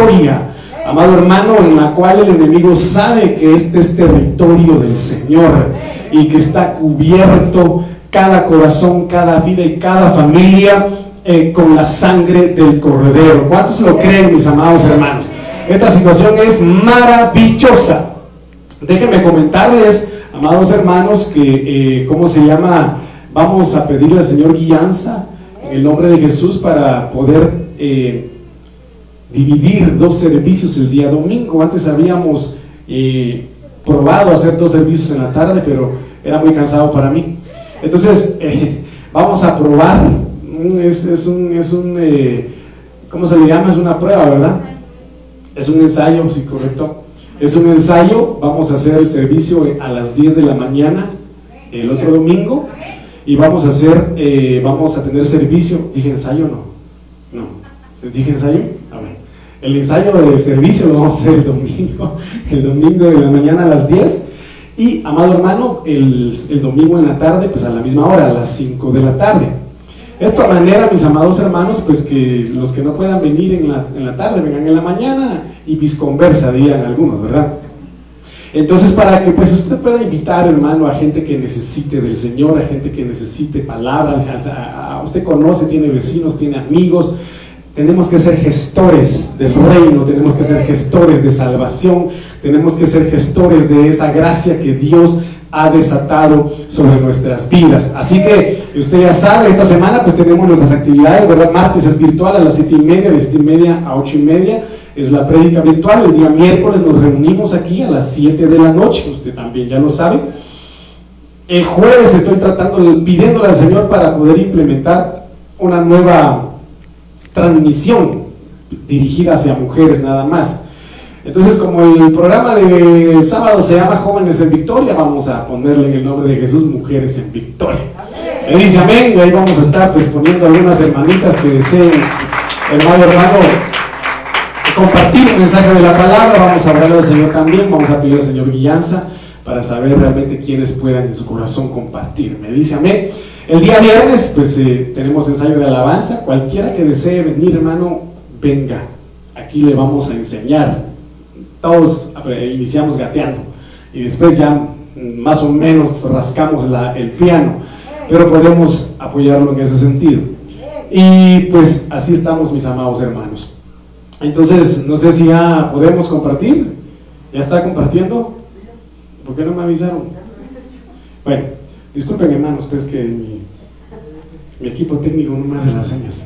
victoria, amado hermano, en la cual el enemigo sabe que este es territorio del Señor y que está cubierto cada corazón, cada vida y cada familia con la sangre del Cordero. ¿Cuántos lo creen, mis amados hermanos? Esta situación es maravillosa. Déjenme comentarles, amados hermanos, que ¿cómo se llama? Vamos a pedirle al Señor guianza en el nombre de Jesús para poder dividir 2 servicios el día domingo. Antes habíamos probado hacer 2 servicios en la tarde, pero era muy cansado para mí. Entonces vamos a probar. ¿Cómo se le llama? Es una prueba, ¿verdad? Es un ensayo, sí, correcto. Es un ensayo. Vamos a hacer el servicio a las 10 de la mañana el otro domingo y vamos a tener servicio. ¿Dije ensayo? No. ¿Dije ensayo? A ver. El ensayo del servicio lo vamos a hacer el domingo de la mañana a las 10 y, amado hermano, el domingo en la tarde, pues a la misma hora, a las 5 de la tarde. De esta manera, mis amados hermanos, pues que los que no puedan venir en la tarde, vengan en la mañana y visconversa, dirían algunos, ¿verdad? Entonces, para que pues usted pueda invitar, hermano, a gente que necesite del Señor, a gente que necesite palabra, usted conoce, tiene vecinos, tiene amigos. Tenemos que ser gestores del reino, tenemos que ser gestores de salvación, tenemos que ser gestores de esa gracia que Dios ha desatado sobre nuestras vidas. Así que usted ya sabe, esta semana pues tenemos nuestras actividades, ¿verdad? Martes es virtual a las 7:30, de 7:30 a 8:30 es la prédica virtual. El día miércoles nos reunimos aquí a las 7 de la noche, usted también ya lo sabe. El jueves estoy pidiéndole al Señor para poder implementar una nueva transmisión dirigida hacia mujeres nada más. Entonces, como el programa de sábado se llama Jóvenes en Victoria, vamos a ponerle en el nombre de Jesús Mujeres en Victoria. Me dice amén, y ahí vamos a estar pues poniendo algunas hermanitas que deseen, hermano, compartir un mensaje de la palabra. Vamos a hablar al Señor también, vamos a pedir al Señor guianza para saber realmente quiénes puedan en su corazón compartir. Me dice amén. El día viernes pues tenemos ensayo de alabanza. Cualquiera que desee venir, hermano, venga, aquí le vamos a enseñar. Todos iniciamos gateando y después ya más o menos rascamos el piano, pero podemos apoyarlo en ese sentido. Y pues así estamos, mis amados hermanos. Entonces, no sé si ya podemos compartir. ¿Ya está compartiendo? ¿Por qué no me avisaron? Bueno, disculpen, hermanos, pues que mi equipo técnico no me hace las señas.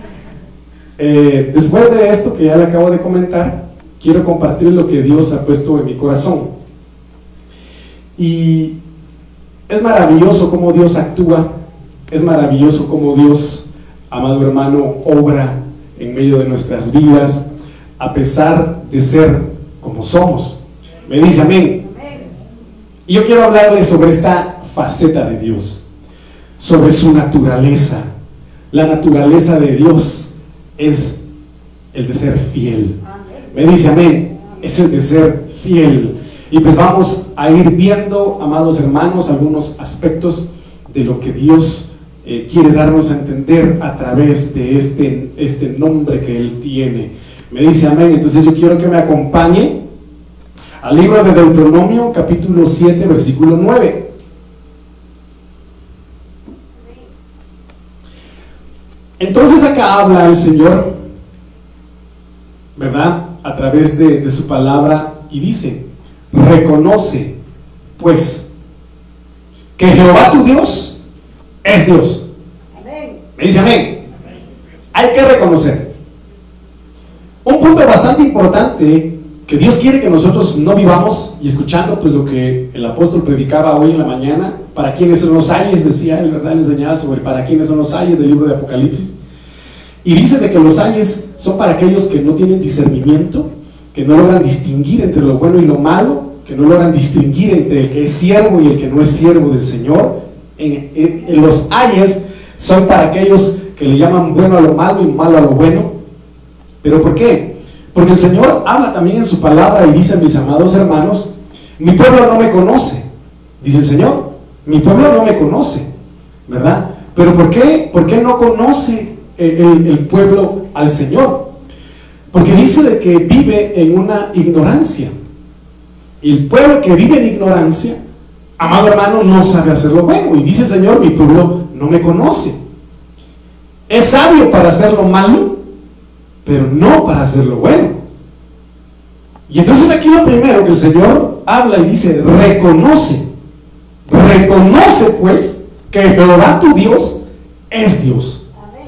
Después de esto que ya le acabo de comentar, quiero compartir lo que Dios ha puesto en mi corazón. Y es maravilloso cómo Dios actúa, es maravilloso cómo Dios, amado hermano, obra en medio de nuestras vidas, a pesar de ser como somos. Me dice amén. Y yo quiero hablarles sobre esta faceta de Dios, sobre su naturaleza. La naturaleza de Dios es el de ser fiel. Me dice amén, es el de ser fiel. Y pues vamos a ir viendo, amados hermanos, algunos aspectos de lo que Dios quiere darnos a entender a través de este nombre que Él tiene. Me dice amén. Entonces yo quiero que me acompañe al libro de Deuteronomio, capítulo 7, versículo 9. Entonces acá habla el Señor, ¿verdad?, a través de su palabra, y dice: reconoce pues que Jehová tu Dios es Dios. Amén. Me dice amén. Hay que reconocer un punto bastante importante, que Dios quiere que nosotros no vivamos, y escuchando pues lo que el apóstol predicaba hoy en la mañana, para quienes son los ayes, decía él, ¿verdad? Le enseñaba sobre para quienes son los ayes del libro de Apocalipsis, y dice de que los ayes son para aquellos que no tienen discernimiento, que no logran distinguir entre lo bueno y lo malo, que no logran distinguir entre el que es siervo y el que no es siervo del Señor. En los ayes son para aquellos que le llaman bueno a lo malo y malo a lo bueno. ¿Pero por qué? Porque el Señor habla también en su palabra y dice: mis amados hermanos, mi pueblo no me conoce. Dice el Señor, mi pueblo no me conoce, ¿verdad? ¿Pero por qué? ¿Por qué no conoce el pueblo al Señor? Porque dice de que vive en una ignorancia. Y el pueblo que vive en ignorancia, amado hermano, no sabe hacer lo bueno. Y dice el Señor, mi pueblo no me conoce. Es sabio para hacer lo malo, pero no para hacer lo bueno. Y entonces aquí lo primero que el Señor habla y dice, reconoce pues que Jehová tu Dios es Dios.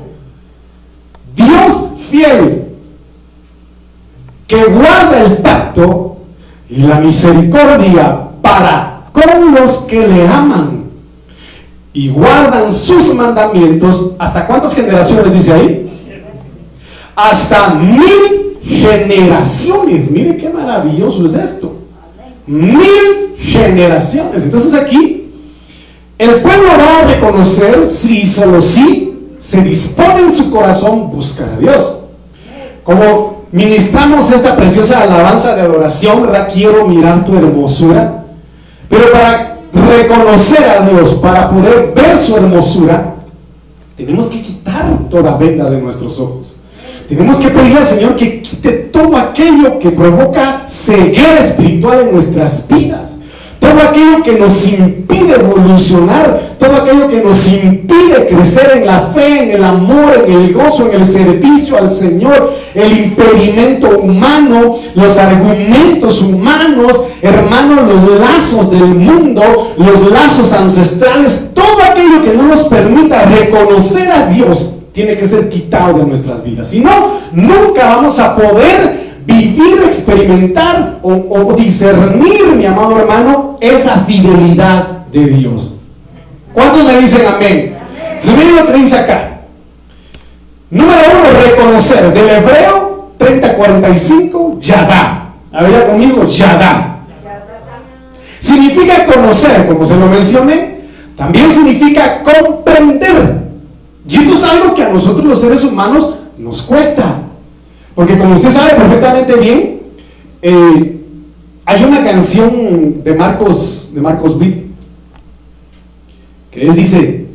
Dios fiel, que guarda el pacto y la misericordia para con los que le aman y guardan sus mandamientos. ¿Hasta cuántas generaciones dice ahí? Hasta 1000 generaciones. Mire qué maravilloso es esto. 1000 generaciones. Entonces aquí el pueblo va a reconocer si solo sí se dispone en su corazón buscar a Dios. Como ministramos esta preciosa alabanza de adoración, ¿verdad? Quiero mirar tu hermosura. Pero para reconocer a Dios, para poder ver su hermosura, tenemos que quitar toda venda de nuestros ojos. Tenemos que pedirle al Señor que quite todo aquello que provoca ceguera espiritual en nuestras vidas. Todo aquello que nos impide evolucionar, todo aquello que nos impide crecer en la fe, en el amor, en el gozo, en el servicio al Señor, el impedimento humano, los argumentos humanos, hermanos, los lazos del mundo, los lazos ancestrales, todo aquello que no nos permita reconocer a Dios, tiene que ser quitado de nuestras vidas. Si no, nunca vamos a poder vivir, experimentar o discernir, mi amado hermano, esa fidelidad de Dios. ¿Cuántos me dicen amén? Entonces, miren lo que dice acá. Número 1, reconocer. Del hebreo 30:45, yadá. A ver, ya conmigo, yadá. Significa conocer, como se lo mencioné. También significa comprender. Y esto es algo que a nosotros los seres humanos nos cuesta. Porque como usted sabe perfectamente bien, hay una canción de Marcos Witt, que él dice,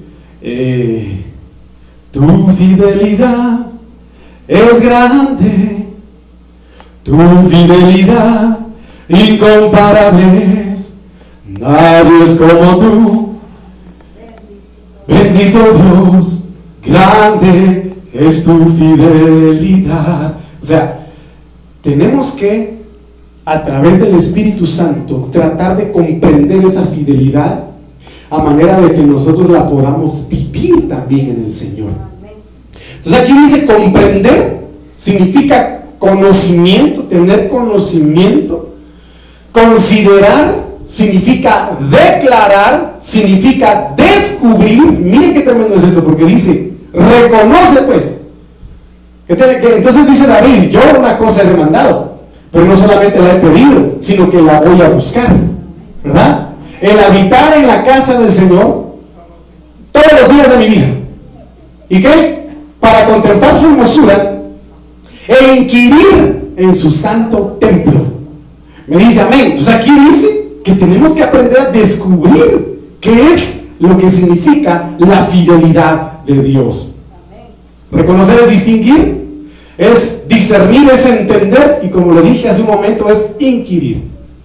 tu fidelidad es grande, tu fidelidad incomparable es, nadie es como tú, bendito Dios, grande es tu fidelidad. O sea, tenemos que, a través del Espíritu Santo, tratar de comprender esa fidelidad a manera de que nosotros la podamos vivir también en el Señor. Entonces aquí dice comprender, significa conocimiento, tener conocimiento. Considerar significa declarar, significa descubrir. Miren qué tremendo es esto, porque dice, reconoce pues. Entonces dice David, yo una cosa he demandado, pero no solamente la he pedido, sino que la voy a buscar, ¿verdad? El habitar en la casa del Señor todos los días de mi vida. ¿Y qué? Para contemplar su hermosura e inquirir en su santo templo. Me dice amén. Entonces aquí dice que tenemos que aprender a descubrir qué es lo que significa la fidelidad de Dios. Reconocer es distinguir, es discernir, es entender, y como le dije hace un momento, es inquirir.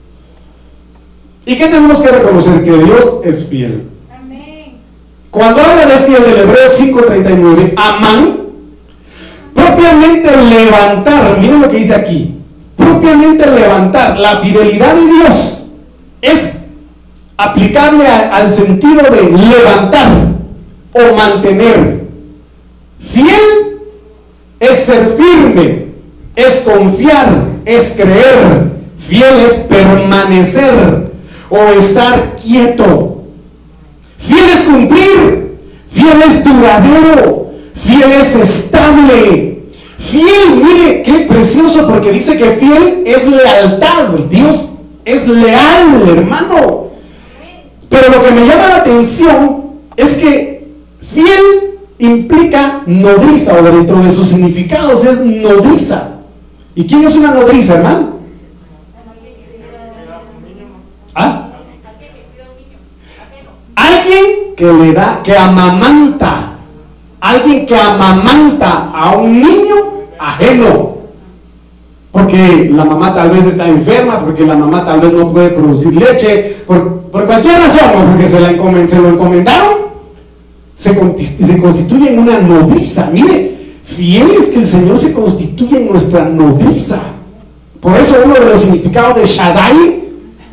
¿Y qué tenemos que reconocer? Que Dios es fiel. Amén. Cuando habla de fiel del hebreo 5:39, amán, propiamente levantar, miren lo que dice aquí, propiamente levantar, la fidelidad de Dios es aplicable al sentido de levantar o mantener. Fiel es ser firme, es confiar, es creer. Fiel es permanecer o estar quieto. Fiel es cumplir, fiel es duradero, fiel es estable. Fiel, mire qué precioso, porque dice que fiel es lealtad. Dios es leal, hermano. Pero lo que me llama la atención es que fiel implica nodriza, o dentro de sus significados es nodriza. ¿Y quién es una nodriza, hermano? ¿Ah? Alguien que le da, que amamanta. Alguien que amamanta a un niño ajeno. porque la mamá tal vez está enferma, porque la mamá tal vez no puede producir leche, por cualquier razón, o porque se lo encomendaron, se constituye en una nodriza. Mire, fiel es que el Señor se constituye en nuestra nodriza. Por eso uno de los significados de Shaddai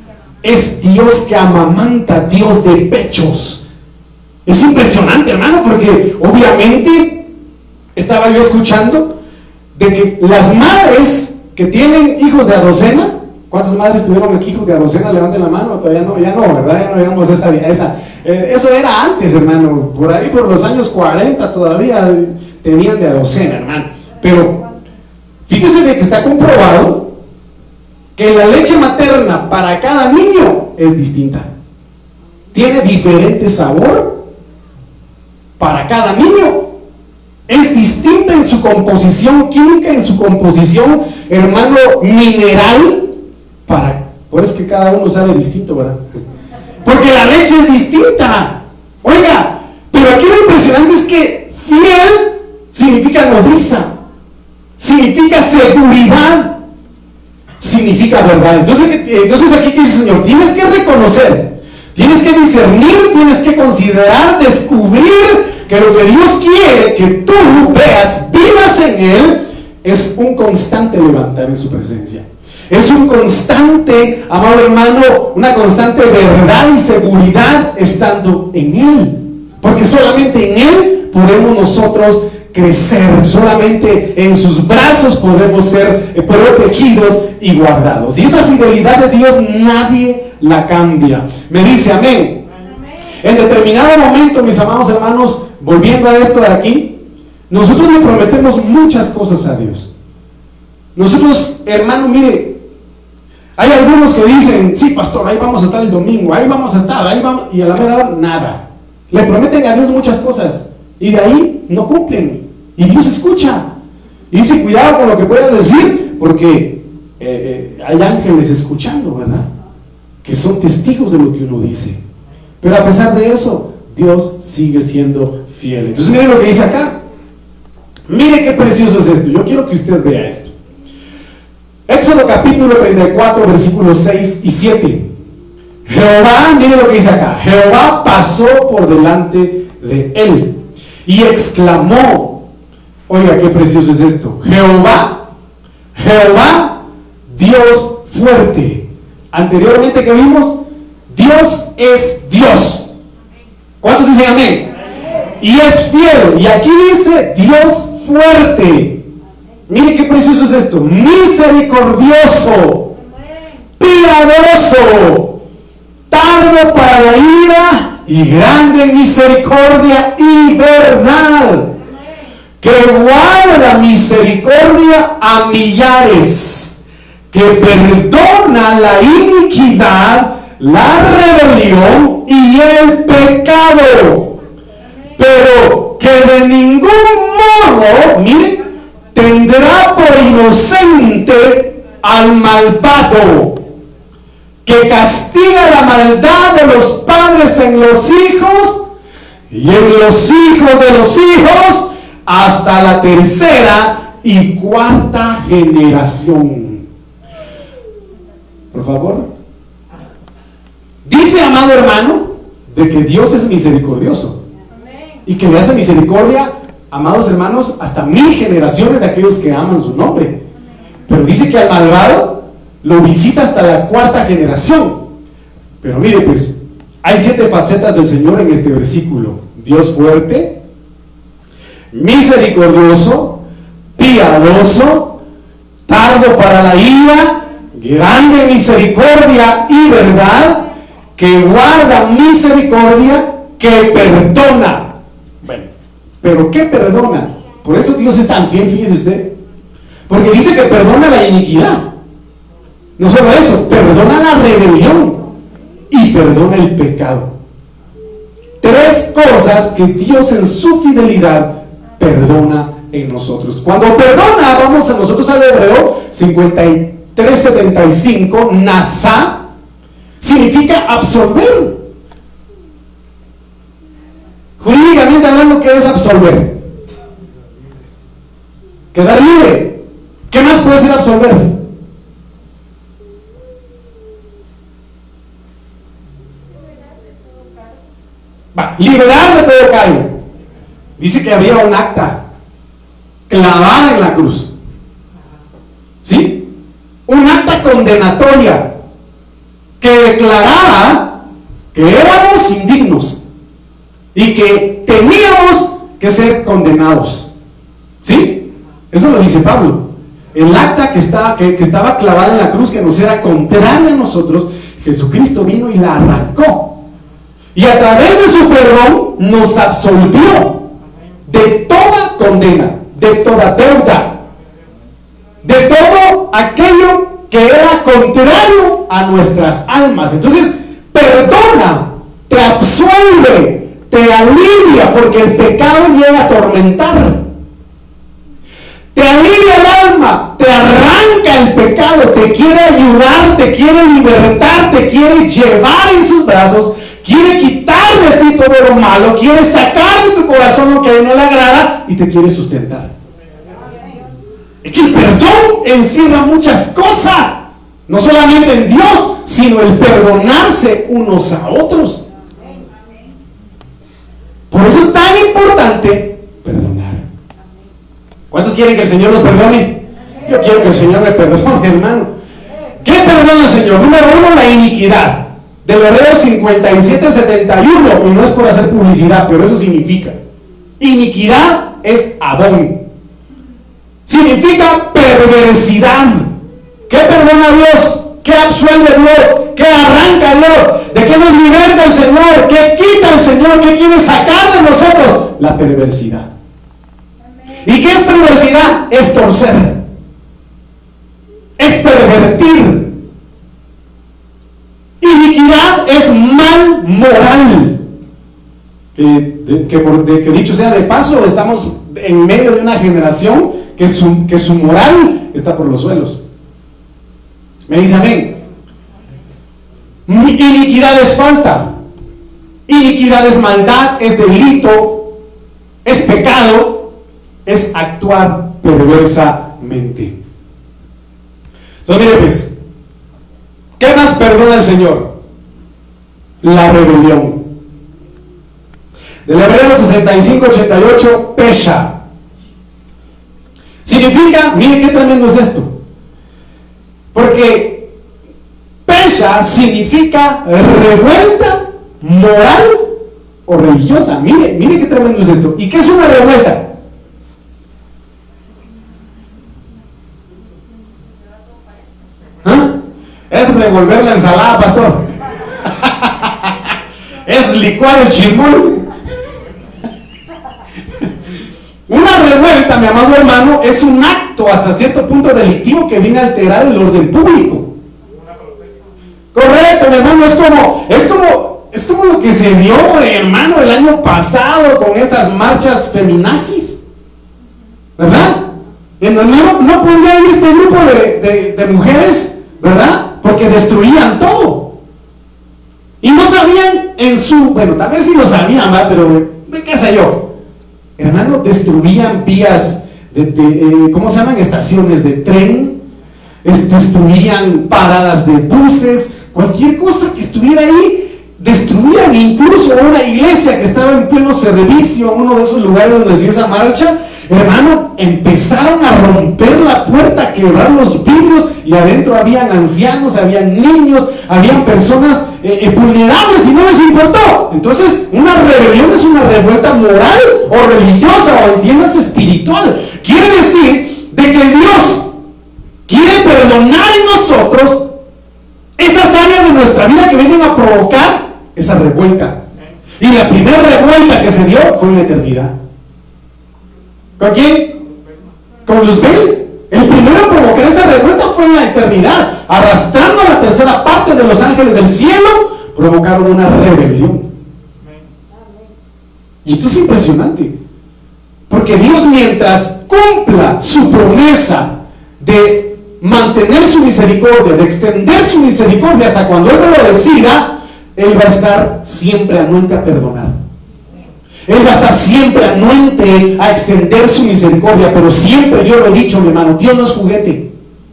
es Dios que amamanta, Dios de pechos. Es impresionante, hermano, porque obviamente estaba yo escuchando de que las madres que tienen hijos de a docena, ¿cuántas madres tuvieron aquí hijos de a docena? Levanten la mano. Todavía no, ya no, ¿verdad? Ya no llegamos a esa. Eso era antes, hermano, por ahí por los años 40 todavía tenían de a docena, hermano. Pero fíjese de que está comprobado que la leche materna para cada niño es distinta, tiene diferente sabor para cada niño, es distinta en su composición química, en su composición, hermano, mineral, por eso que cada uno sabe distinto, ¿verdad? Porque la leche es distinta. Oiga, pero aquí lo impresionante es que fiel significa nodriza, significa seguridad, significa verdad. Entonces aquí que dice el Señor, tienes que reconocer, tienes que discernir, tienes que considerar, descubrir que lo que Dios quiere que tú veas, vivas en Él, es un constante levantar en su presencia. Es un constante, amado hermano, una constante verdad y seguridad estando en Él. Porque solamente en Él podemos nosotros crecer, solamente en sus brazos podemos ser protegidos y guardados. Y esa fidelidad de Dios nadie la cambia. Me dice amén. En determinado momento, mis amados hermanos, volviendo a esto de aquí, nosotros le prometemos muchas cosas a Dios. Nosotros, hermano, mire, hay algunos que dicen, sí, pastor, ahí vamos a estar el domingo, ahí vamos a estar, ahí vamos, y a la mera hora, nada. Le prometen a Dios muchas cosas, y de ahí no cumplen, y Dios escucha, y dice, cuidado con lo que puedas decir, porque hay ángeles escuchando, ¿verdad? Que son testigos de lo que uno dice. Pero a pesar de eso, Dios sigue siendo fiel. Entonces mire lo que dice acá. Mire qué precioso es esto. Yo quiero que usted vea esto. Éxodo capítulo 34, versículos 6 y 7. Jehová, mire lo que dice acá. Jehová pasó por delante de él y exclamó. Oiga, qué precioso es esto. Jehová, Jehová, Dios fuerte. Anteriormente que vimos, Dios es Dios. ¿Cuántos dicen amén? Y es fiel. Y aquí dice Dios fuerte. Mire qué precioso es esto. Misericordioso, piadoso, tardo para la ira y grande en misericordia y verdad, que guarda misericordia a millares, que perdona la iniquidad, la rebelión y el pecado, pero que de ningún modo, mire, tendrá por inocente al malvado, que castiga la maldad de los padres en los hijos y en los hijos de los hijos hasta la tercera y cuarta generación. Por favor. Dice, amado hermano, de que Dios es misericordioso y que le hace misericordia, amados hermanos, hasta 1000 generaciones de aquellos que aman su nombre. Pero dice que al malvado lo visita hasta la cuarta generación. Pero mire, pues, hay 7 facetas del Señor en este versículo. Dios fuerte, misericordioso, piadoso, tardo para la ira, grande en misericordia y verdad, que guarda misericordia, que perdona. Bueno, pero ¿qué perdona? Por eso Dios es tan fiel, fíjese usted, porque dice que perdona la iniquidad. No solo eso, perdona la rebelión y perdona el pecado. 3 cosas que Dios en su fidelidad perdona en nosotros. Cuando perdona, vamos a nosotros al Hebreo 53:75, Nasa, significa absolver. Jurídicamente hablando, ¿qué es absolver? Quedar libre. ¿Qué más puede ser hacer absolver? Liberar de todo cargo. Dice que había un acta clavada en la cruz. ¿Sí? Un acta condenatoria que declaraba que éramos indignos y que teníamos que ser condenados. ¿Sí? Eso lo dice Pablo. El acta que estaba clavada en la cruz, que nos era contraria a nosotros, Jesucristo vino y la arrancó. Y a través de su perdón nos absolvió de toda condena, de toda deuda, de todo aquello que era contrario a nuestras almas. Entonces, perdona, te absuelve, te alivia, porque el pecado llega a atormentar. Te alivia el alma, te arranca el pecado, te quiere ayudar, te quiere libertar, te quiere llevar en sus brazos, quiere quitar de ti todo lo malo, quiere sacar de tu corazón lo que a él no le agrada y te quiere sustentar. Es que el perdón encierra muchas cosas, no solamente en Dios, sino el perdonarse unos a otros. Por eso es tan importante perdonar. ¿Cuántos quieren que el Señor los perdone? Yo quiero que el Señor me perdone, hermano. ¿Qué perdona el Señor? Número 1, la iniquidad. De Hebreos 57:71, y no es por hacer publicidad, pero eso significa. Iniquidad es abón. Significa perversidad. ¿Qué perdona Dios? ¿Qué absuelve Dios? ¿Qué arranca Dios? ¿De qué nos liberta el Señor? ¿Qué quita el Señor? ¿Qué quiere sacar de nosotros? La perversidad. ¿Y qué es perversidad? Es torcer, es pervertir. Iniquidad es mal moral. Que dicho sea de paso, estamos en medio de una generación que su moral está por los suelos. Me dice amén. Iniquidad es falta, iniquidad es maldad, es delito, es pecado, es actuar perversamente. Entonces mire pues, ¿qué más perdona el Señor? La rebelión. Del Hebreo 65:88, pesha. Significa, mire qué tremendo es esto, porque pesha significa revuelta moral o religiosa. Mire qué tremendo es esto. ¿Y qué es una revuelta? Es revolver la ensalada, pastor. Es licuar el chirmol. Una revuelta, mi amado hermano, es un acto hasta cierto punto delictivo que viene a alterar el orden público. Correcto, mi hermano, es como lo que se dio, hermano, el año pasado con esas marchas feminazis, ¿verdad? En donde no podía ir este grupo de mujeres, ¿verdad? Porque destruían todo. Y no sabían bueno, tal vez sí lo sabían, ¿verdad? Pero qué sé yo. Hermano, destruían vías ¿cómo se llaman? Estaciones de tren, destruían paradas de buses, cualquier cosa que estuviera ahí, destruían. Incluso una iglesia que estaba en pleno servicio, uno de esos lugares donde se dio esa marcha, hermano, empezaron a romper la puerta, a quebrar los vidrios, y adentro habían ancianos, habían niños, habían personas vulnerables, y no les importó. Entonces, una rebelión es una revuelta moral o religiosa, o entiendas, espiritual. Quiere decir de que Dios quiere perdonar en nosotros esas áreas de nuestra vida que vienen a provocar esa revuelta. Y la primera revuelta que se dio fue en la eternidad. ¿Con quién? Con Luzbel. El primero en provocar esa revuelta fue en la eternidad. Arrastrando a la tercera parte de los ángeles del cielo, provocaron una rebelión. Y esto es impresionante, porque Dios, mientras cumpla su promesa de mantener su misericordia, de extender su misericordia hasta cuando Él lo decida, Él va a estar siempre anuente a perdonar. Él va a estar siempre anuente a extender su misericordia. Pero siempre, yo lo he dicho, mi hermano, Dios no es juguete.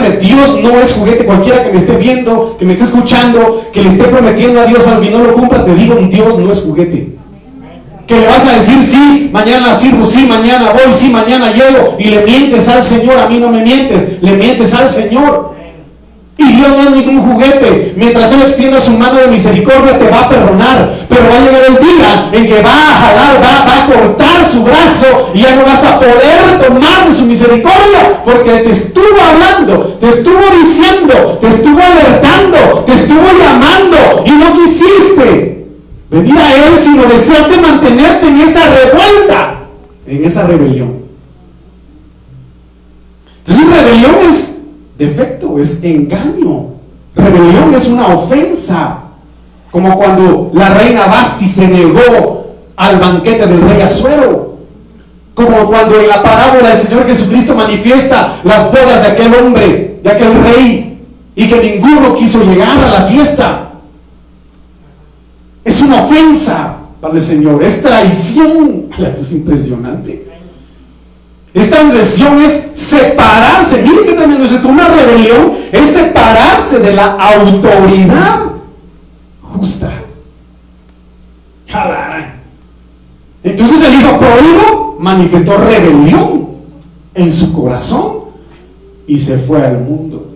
Escúchame, Dios no es juguete. Cualquiera que me esté viendo, que me esté escuchando, que le esté prometiendo a Dios algo y no lo cumpla, te digo, Dios no es juguete. Que le vas a decir, sí, mañana sirvo, sí, mañana voy, sí, mañana llego, y le mientes al Señor. A mí no me mientes, le mientes al Señor. Y Dios no es ningún juguete. Mientras Él extienda su mano de misericordia, te va a perdonar. Pero va a llegar el día en que va a jalar, va a cortar su brazo, y ya no vas a poder tomar de su misericordia, porque te estuvo hablando, te estuvo diciendo, te estuvo alertando, te estuvo llamando, y no quisiste venir a Él, sino deseaste mantenerte en esa revuelta, en esa rebelión. Entonces, rebelión es defecto, es engaño. Rebelión es una ofensa, como cuando la reina Basti se negó al banquete del rey Asuero, como cuando en la parábola el Señor Jesucristo manifiesta las bodas de aquel hombre, de aquel rey, y que ninguno quiso llegar a la fiesta. Es una ofensa para el Señor, es traición. Esto es impresionante. Esta transgresión es separarse. Miren que también es esto, una rebelión es separarse de la autoridad justa. Entonces el hijo pródigo manifestó rebelión en su corazón y se fue al mundo.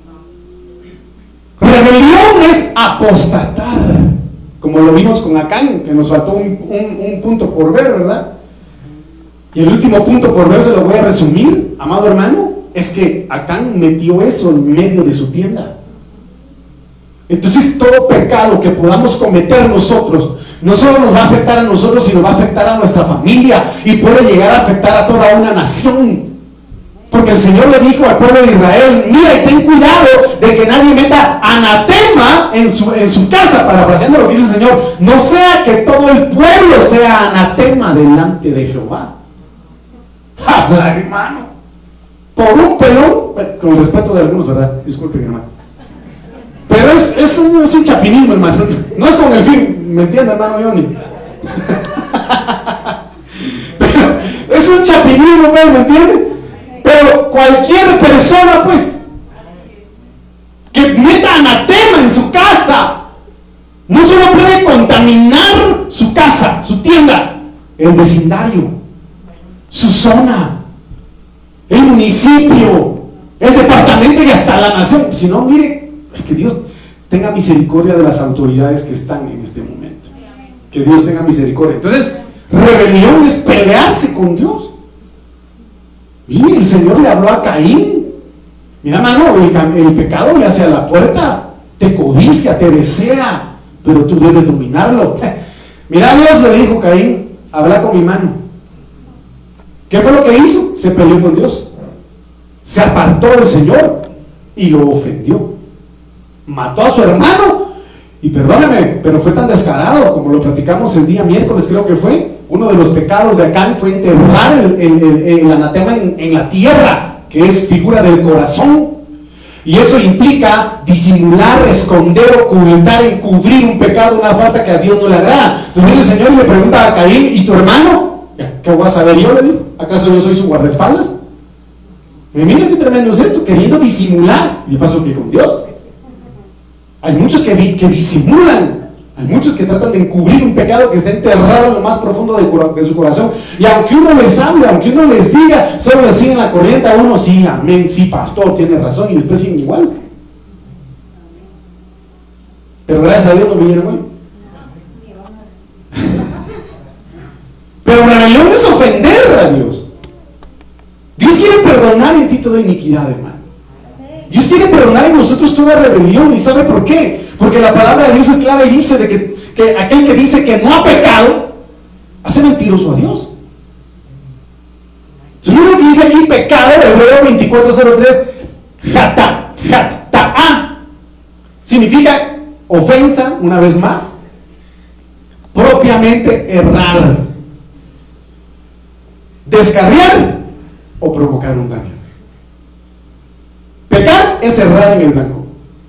Rebelión es apostatar, como lo vimos con Acán, que nos faltó un punto por ver, ¿verdad? Y el último punto por ver, se lo voy a resumir, amado hermano, es que Acán metió eso en medio de su tienda. Entonces todo pecado que podamos cometer nosotros, no solo nos va a afectar a nosotros, sino va a afectar a nuestra familia, y puede llegar a afectar a toda una nación. Porque el Señor le dijo al pueblo de Israel, mira y ten cuidado de que nadie meta anatema en su casa, parafraseando lo que dice el Señor, no sea que todo el pueblo sea anatema delante de Jehová. ¡Hala, hermano! Por un pelón, con respeto de algunos, ¿verdad? Disculpen, hermano. Pero es un chapinismo, hermano. No es con el fin, ¿me entiende, hermano Johnny? Pero es un chapinismo, ¿me entiende? Pero cualquier persona, pues, que meta anatema en su casa, no solo puede contaminar su casa, su tienda, el vecindario, su zona, el municipio, el departamento y hasta la nación. Si no, mire, que Dios tenga misericordia de las autoridades que están en este momento. Que Dios tenga misericordia. Entonces, rebelión es pelearse con Dios. Y el Señor le habló a Caín. Mira, mano, el pecado yace a la puerta, te codicia, te desea, pero tú debes dominarlo. Mira, Dios le dijo a Caín, habla con mi mano. ¿Qué fue lo que hizo? Se peleó con Dios, se apartó del Señor y lo ofendió, mató a su hermano. Y perdóname, pero fue tan descarado, como lo platicamos el día miércoles, creo que fue. Uno de los pecados de Acán fue enterrar el anatema en la tierra, que es figura del corazón. Y eso implica disimular, esconder, ocultar, encubrir un pecado, una falta que a Dios no le agrada. Entonces viene el Señor y le pregunta a Caín, ¿y tu hermano? ¿Qué voy a saber yo? Le digo, ¿acaso yo soy su guardaespaldas? Mira qué tremendo es esto, queriendo disimular. Y pasó que con Dios hay muchos que disimulan, hay muchos que tratan de encubrir un pecado que está enterrado en lo más profundo de su corazón. Y aunque uno les hable, aunque uno les diga, solo le siguen la corriente a uno, sí, amén, sí, pastor, tiene razón, y después siguen igual. Pero gracias a Dios no vinieron hoy. Pero rebelión es ofender a Dios. Dios quiere perdonar en ti toda iniquidad, hermano. Dios quiere perdonar en nosotros toda rebelión. ¿Y sabe por qué? Porque la palabra de Dios es clara y dice de que aquel que dice que no ha pecado hace mentiroso a Dios. Si lo que dice aquí pecado, Hebreo 24:03, jata'a, significa ofensa, una vez más, propiamente errar, descarriar o provocar un daño. Pecar es errar en el blanco.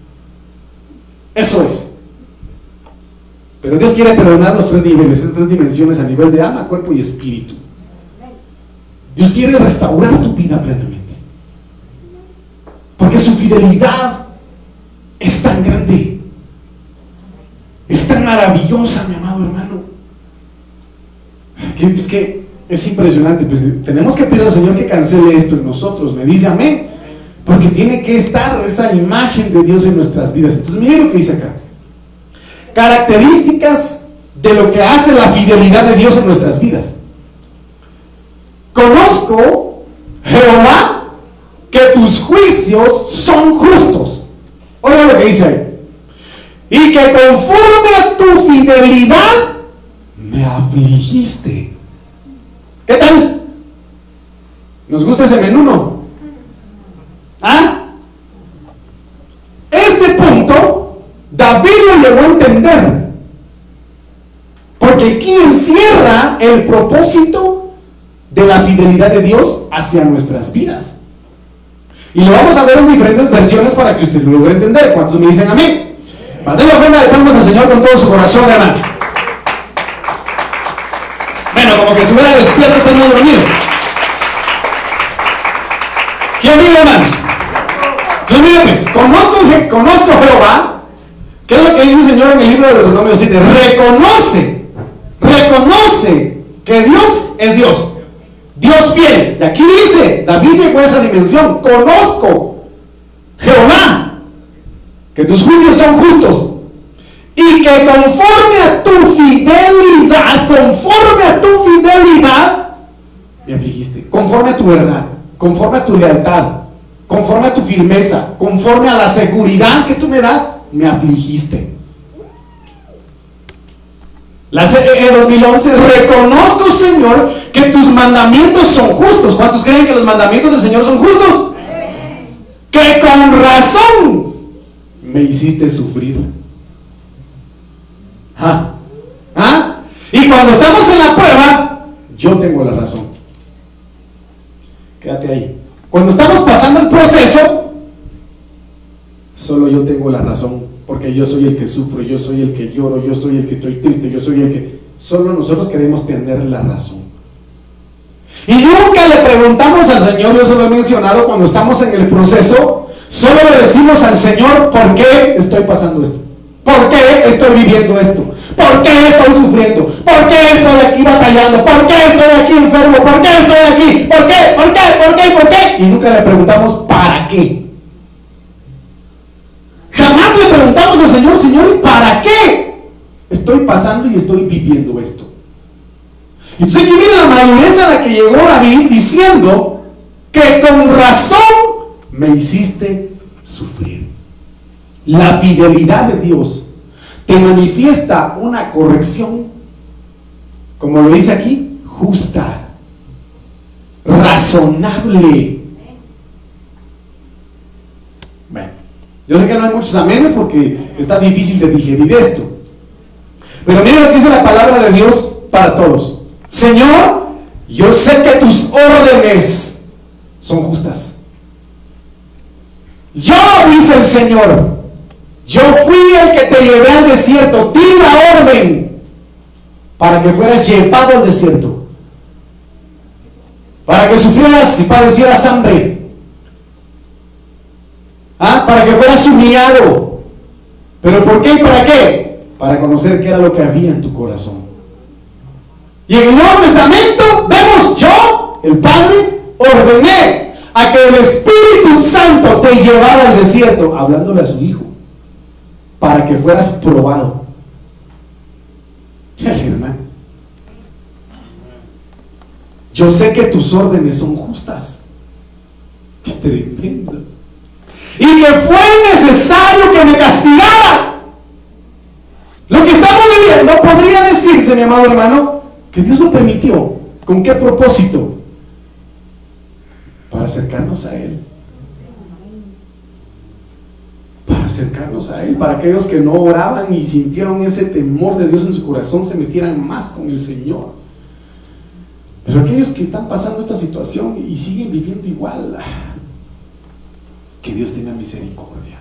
Eso es. Pero Dios quiere perdonar los tres niveles, estas tres dimensiones a nivel de alma, cuerpo y espíritu. Dios quiere restaurar tu vida plenamente. Porque Porque su fidelidad es tan grande, es tan maravillosa, mi amado hermano, que es impresionante. Pues tenemos que pedir al Señor que cancele esto en nosotros. Me dice amén, porque tiene que estar esa imagen de Dios en nuestras vidas. Entonces miren lo que dice acá: características de lo que hace la fidelidad de Dios en nuestras vidas. Conozco, Jehová, que tus juicios son justos. Oiga lo que dice ahí: y que conforme a tu fidelidad me afligiste. ¿Qué tal? ¿Nos gusta ese menú, no? ¿Ah? Este punto David lo llegó a entender, porque aquí encierra el propósito de la fidelidad de Dios hacia nuestras vidas. Y lo vamos a ver en diferentes versiones para que usted lo logre entender. ¿Cuántos me dicen amén? Manden la ofrenda de palmas al Señor con todo su corazón, hermano. Bueno, como que estuviera despierto, pero no dormido. ¿Quién vive, hermanos? Entonces, miren pues, conozco Jehová. ¿Qué es lo que dice el Señor en el libro de Deuteronomio 7? Reconoce que Dios es Dios. Dios fiel. Y aquí dice, David llegó a esa dimensión: conozco, Jehová, que tus juicios son justos, y que conforme a tu fidelidad, me afligiste. Conforme a tu verdad, conforme a tu lealtad, conforme a tu firmeza, conforme a la seguridad que tú me das, me afligiste. La CE 2011: reconozco, Señor, que tus mandamientos son justos. ¿Cuántos creen que los mandamientos del Señor son justos? Que con razón me hiciste sufrir. Y cuando estamos en la prueba, yo tengo la razón. Quédate ahí. Cuando estamos pasando el proceso, solo yo tengo la razón, porque yo soy el que sufro, yo soy el que lloro, yo soy el que estoy triste, yo soy el que... Solo nosotros queremos tener la razón. Y nunca le preguntamos al Señor, yo se lo he mencionado, cuando estamos en el proceso, solo le decimos al Señor: ¿por qué estoy pasando esto? ¿Por qué estoy viviendo esto? ¿Por qué estoy sufriendo? ¿Por qué estoy aquí batallando? ¿Por qué estoy aquí enfermo? ¿Por qué estoy aquí? ¿Por qué? ¿Por qué? ¿Por qué? ¿Por qué? Y nunca le preguntamos ¿para qué? Jamás le preguntamos al Señor: Señor, ¿para qué estoy pasando y estoy viviendo esto? Entonces aquí viene la madurez a la que llegó David, diciendo que con razón me hiciste sufrir. La fidelidad de Dios te manifiesta una corrección, como lo dice aquí, justa, razonable. Bueno, yo sé que no hay muchos amenes porque está difícil de digerir esto, pero miren lo que dice la palabra de Dios para todos: Señor, yo sé que tus órdenes son justas. Yo, dice el Señor, yo fui el que te llevé al desierto, di la orden para que fueras llevado al desierto, para que sufrieras y padecieras hambre, para que fueras humillado. ¿Pero por qué y para qué? Para conocer qué era lo que había en tu corazón. Y en el Nuevo Testamento vemos: yo, el Padre, ordené a que el Espíritu Santo te llevara al desierto, hablándole a su Hijo, para que fueras probado. Hermano, yo sé que tus órdenes son justas. ¡Qué tremendo! Y que fue necesario que me castigaras. Lo que estamos viviendo podría decirse, mi amado hermano, que Dios lo permitió. ¿Con qué propósito? Para acercarnos a Él. Para acercarnos a Él. Para aquellos que no oraban y sintieron ese temor de Dios en su corazón, se metieran más con el Señor. Pero aquellos que están pasando esta situación y siguen viviendo igual, que Dios tenga misericordia.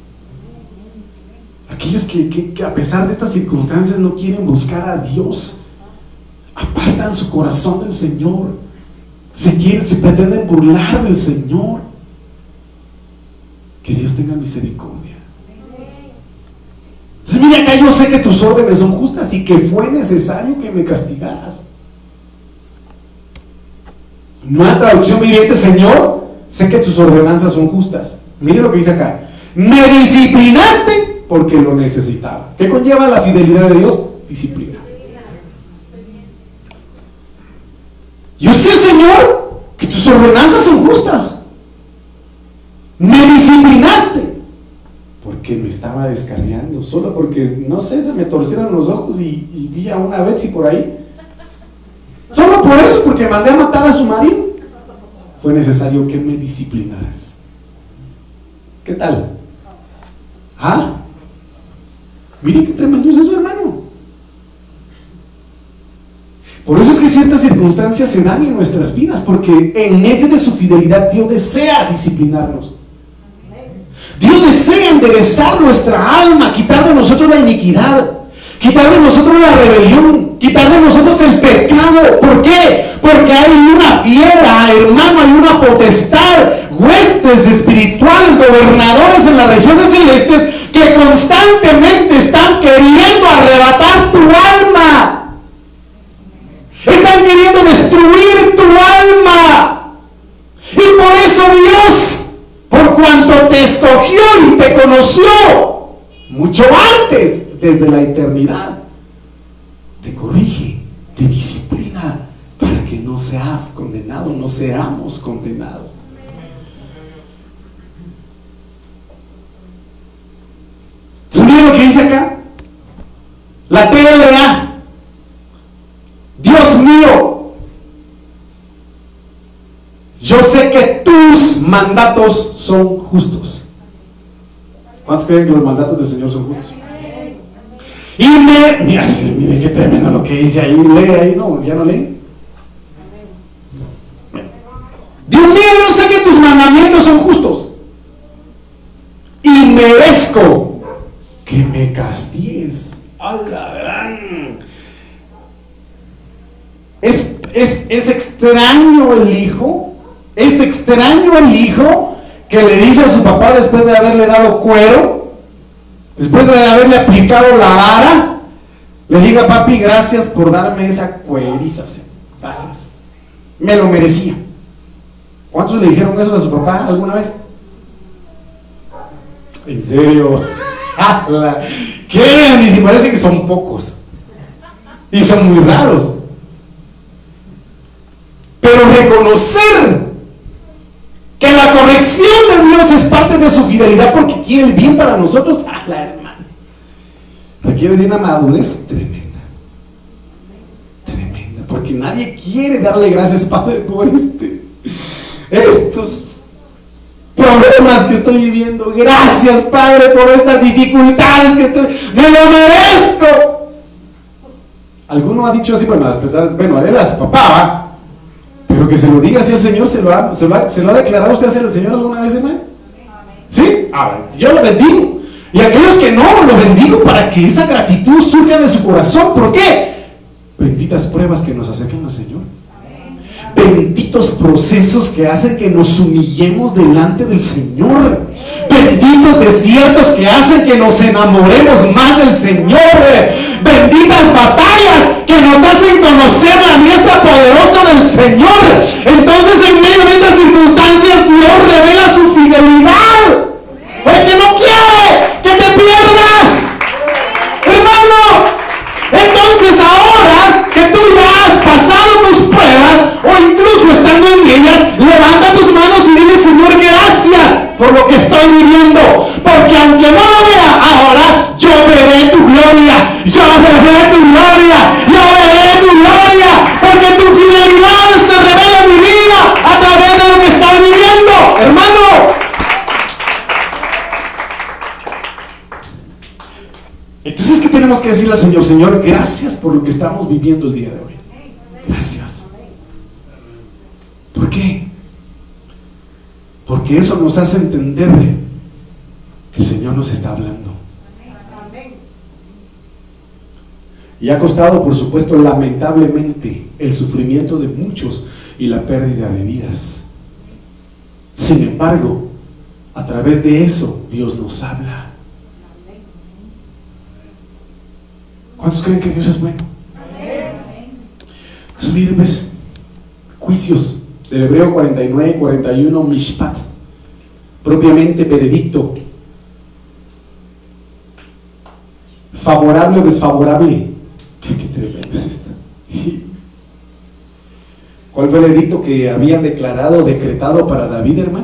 Aquellos que a pesar de estas circunstancias no quieren buscar a Dios, apartan su corazón del Señor, se pretenden burlar del Señor. Que Dios tenga misericordia. Entonces, mira, acá yo sé que tus órdenes son justas y que fue necesario que me castigaras. Nueva traducción viviente: Señor, sé que tus ordenanzas son justas. Mire lo que dice acá: me disciplinaste porque lo necesitaba. ¿Qué conlleva la fidelidad de Dios? Disciplina. Yo sé, Señor, que tus ordenanzas son justas. Me disciplinaste porque me estaba descarriando, solo porque, no sé, se me torcieron los ojos y vi a una Betsy por ahí. Solo por eso, porque mandé a matar a su marido. Fue necesario que me disciplinaras. ¿Qué tal? ¿Ah? Mire qué tremendo es eso, hermano. Por eso es que ciertas circunstancias se dan en nuestras vidas, porque en medio de su fidelidad Dios desea disciplinarnos. Dios desea enderezar nuestra alma, quitar de nosotros la iniquidad, quitar de nosotros la rebelión, quitar de nosotros el pecado. ¿Por qué? Porque hay una fiera, hermano, hay una potestad, huestes espirituales, gobernadores en las regiones celestes que constantemente están queriendo arrebatar tu alma. Están queriendo destruir tu alma. Y por eso Dios, por cuanto te escogió y te conoció mucho antes, desde la eternidad, te corrige, te disciplina para que no seas condenado, no seamos condenados. ¿Saben lo que dice acá? La TLA: Dios mío, yo sé que tus mandatos son justos. ¿Cuántos creen que los mandatos del Señor son justos? Y mire qué tremendo lo que dice ahí. Lee ahí, no, ya no lee. Dios mío, yo sé que tus mandamientos son justos y merezco que me castigues. ¡A la gran! Es extraño el hijo. Es extraño el hijo que le dice a su papá, después de haberle dado cuero, después de haberle aplicado la vara, le diga: papi, gracias por darme esa cueriza, gracias, me lo merecía. ¿Cuántos le dijeron eso a su papá alguna vez? ¿En serio? ¿Qué? Y parece que son pocos y son muy raros. Pero reconocer que la corrección de Dios es parte de su fidelidad porque quiere el bien para nosotros, hermano, requiere de una madurez tremenda, tremenda, porque nadie quiere darle gracias, Padre, por estos problemas que estoy viviendo. Gracias, Padre, por estas dificultades que me lo merezco. Alguno ha dicho así, bueno, a pesar, él es papá, ¿va? Pero que se lo diga así al Señor. ¿Se lo ha declarado usted hacia el Señor alguna vez, hermano? ¿Sí? Yo lo bendigo. Y aquellos que no, lo bendigo para que esa gratitud surja de su corazón. ¿Por qué? Benditas pruebas que nos acercan al Señor. Benditos procesos que hacen que nos humillemos delante del Señor. Benditos desiertos que hacen que nos enamoremos más del Señor. Benditas batallas que nos hacen conocer la diestra poderosa del Señor. Entonces, en medio de estas circunstancias, Dios revela su fidelidad, porque no quiere que te pierdas, hermano. Entonces, ahora que tú ya has pasado tus pruebas, o incluso estando en ellas, levanta tus manos y dile: Señor, gracias por lo que estoy viviendo, porque aunque no lo vea ahora, yo veré tu gloria, yo veré tu gloria, yo veré tu gloria, porque tu fidelidad se revela en mi vida a través de lo que estoy viviendo, hermano. Entonces, ¿qué tenemos que decirle al Señor? Señor, gracias por lo que estamos viviendo el día de hoy. Gracias. ¿Por qué? Porque eso nos hace entender que el Señor nos está hablando. Y ha costado, por supuesto, lamentablemente, el sufrimiento de muchos y la pérdida de vidas. Sin embargo, A través de eso Dios nos habla. ¿Cuántos creen que Dios es bueno? Entonces miren pues, juicios del Hebreo 49 y 41, mishpat, propiamente veredicto, favorable o desfavorable. Qué tremendo es esto. ¿Cuál fue el edicto que habían declarado, decretado para David, hermano?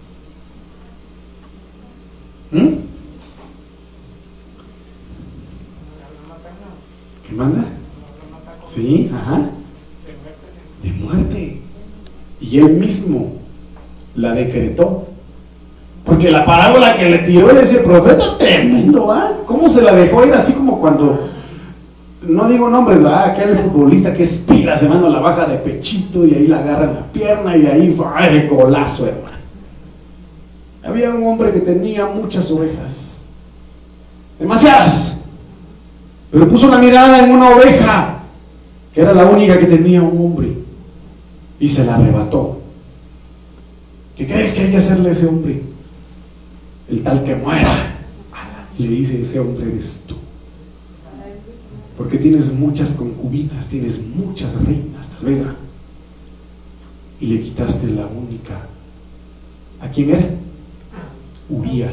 ¿Qué manda? Sí, ajá. De muerte. Y él mismo la decretó. Porque la parábola que le tiró ese profeta, tremendo, ¿va? ¿Cómo se la dejó ir? Así como cuando, no digo nombres, ¿va? Aquel futbolista que es pila, se manda la baja de pechito y ahí la agarra en la pierna y ahí va el golazo, hermano. Había un hombre que tenía muchas ovejas, demasiadas, pero puso la mirada en una oveja que era la única que tenía un hombre y se la arrebató. ¿Qué crees que hay que hacerle a ese hombre? El tal que muera. Le dice: ese hombre eres tú, porque tienes muchas concubinas, tienes muchas reinas, tal vez, y le quitaste la única. ¿A quién era? Urías.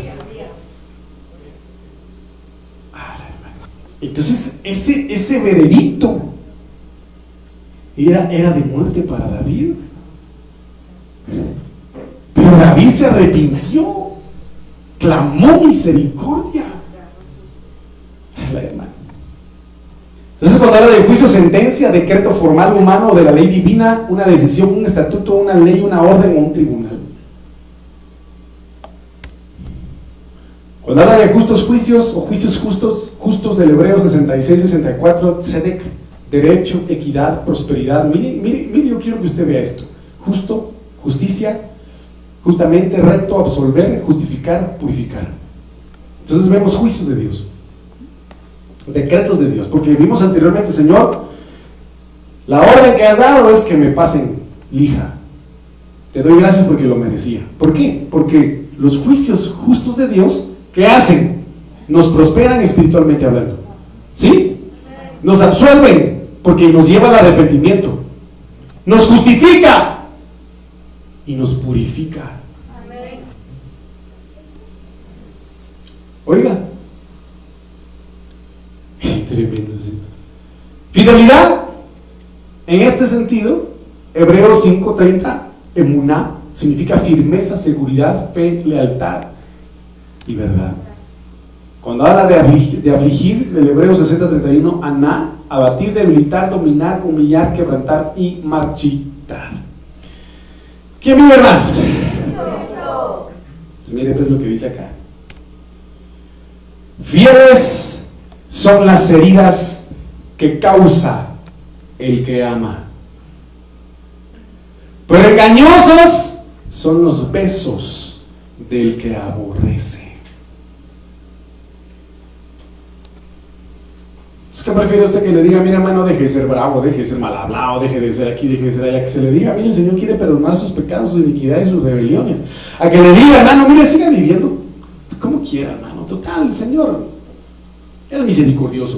Entonces ese veredicto era de muerte para David, pero David se arrepintió, clamó misericordia. Entonces, cuando habla de juicio, sentencia, decreto formal humano o de la ley divina, una decisión, un estatuto, una ley, una orden o un tribunal. Cuando habla de justos juicios o juicios justos del Hebreo 66-64, tzedek, derecho, equidad, prosperidad. Mire, yo quiero que usted vea esto: justo, justicia, justamente, recto, absolver, justificar, purificar. Entonces vemos juicios de Dios, decretos de Dios, porque vimos anteriormente: Señor, la orden que has dado es que me pasen lija, te doy gracias porque lo merecía. ¿Por qué? Porque los juicios justos de Dios, ¿qué hacen? Nos prosperan espiritualmente hablando, ¿sí? Nos absuelven porque nos lleva al arrepentimiento, nos justifica y nos purifica. Oiga, qué tremendo es esto. Fidelidad, en este sentido, Hebreos 5:30, emuná, significa firmeza, seguridad, fe, lealtad y verdad. Cuando habla de afligir, del Hebreo 60:31, aná, abatir, debilitar, dominar, humillar, quebrantar y marchitar. ¿Quién vive, hermanos? Pues mire pues lo que dice acá: fieles son las heridas que causa el que ama, pero engañosos son los besos del que aborrece. ¿Qué prefiere usted que le diga: mira, hermano, deje de ser bravo, deje de ser mal hablado, deje de ser aquí, deje de ser allá? Que se le diga: mire, el Señor quiere perdonar sus pecados, sus iniquidades y sus rebeliones. A que le diga: hermano, mire, siga viviendo como quiera, hermano, total, el Señor es misericordioso.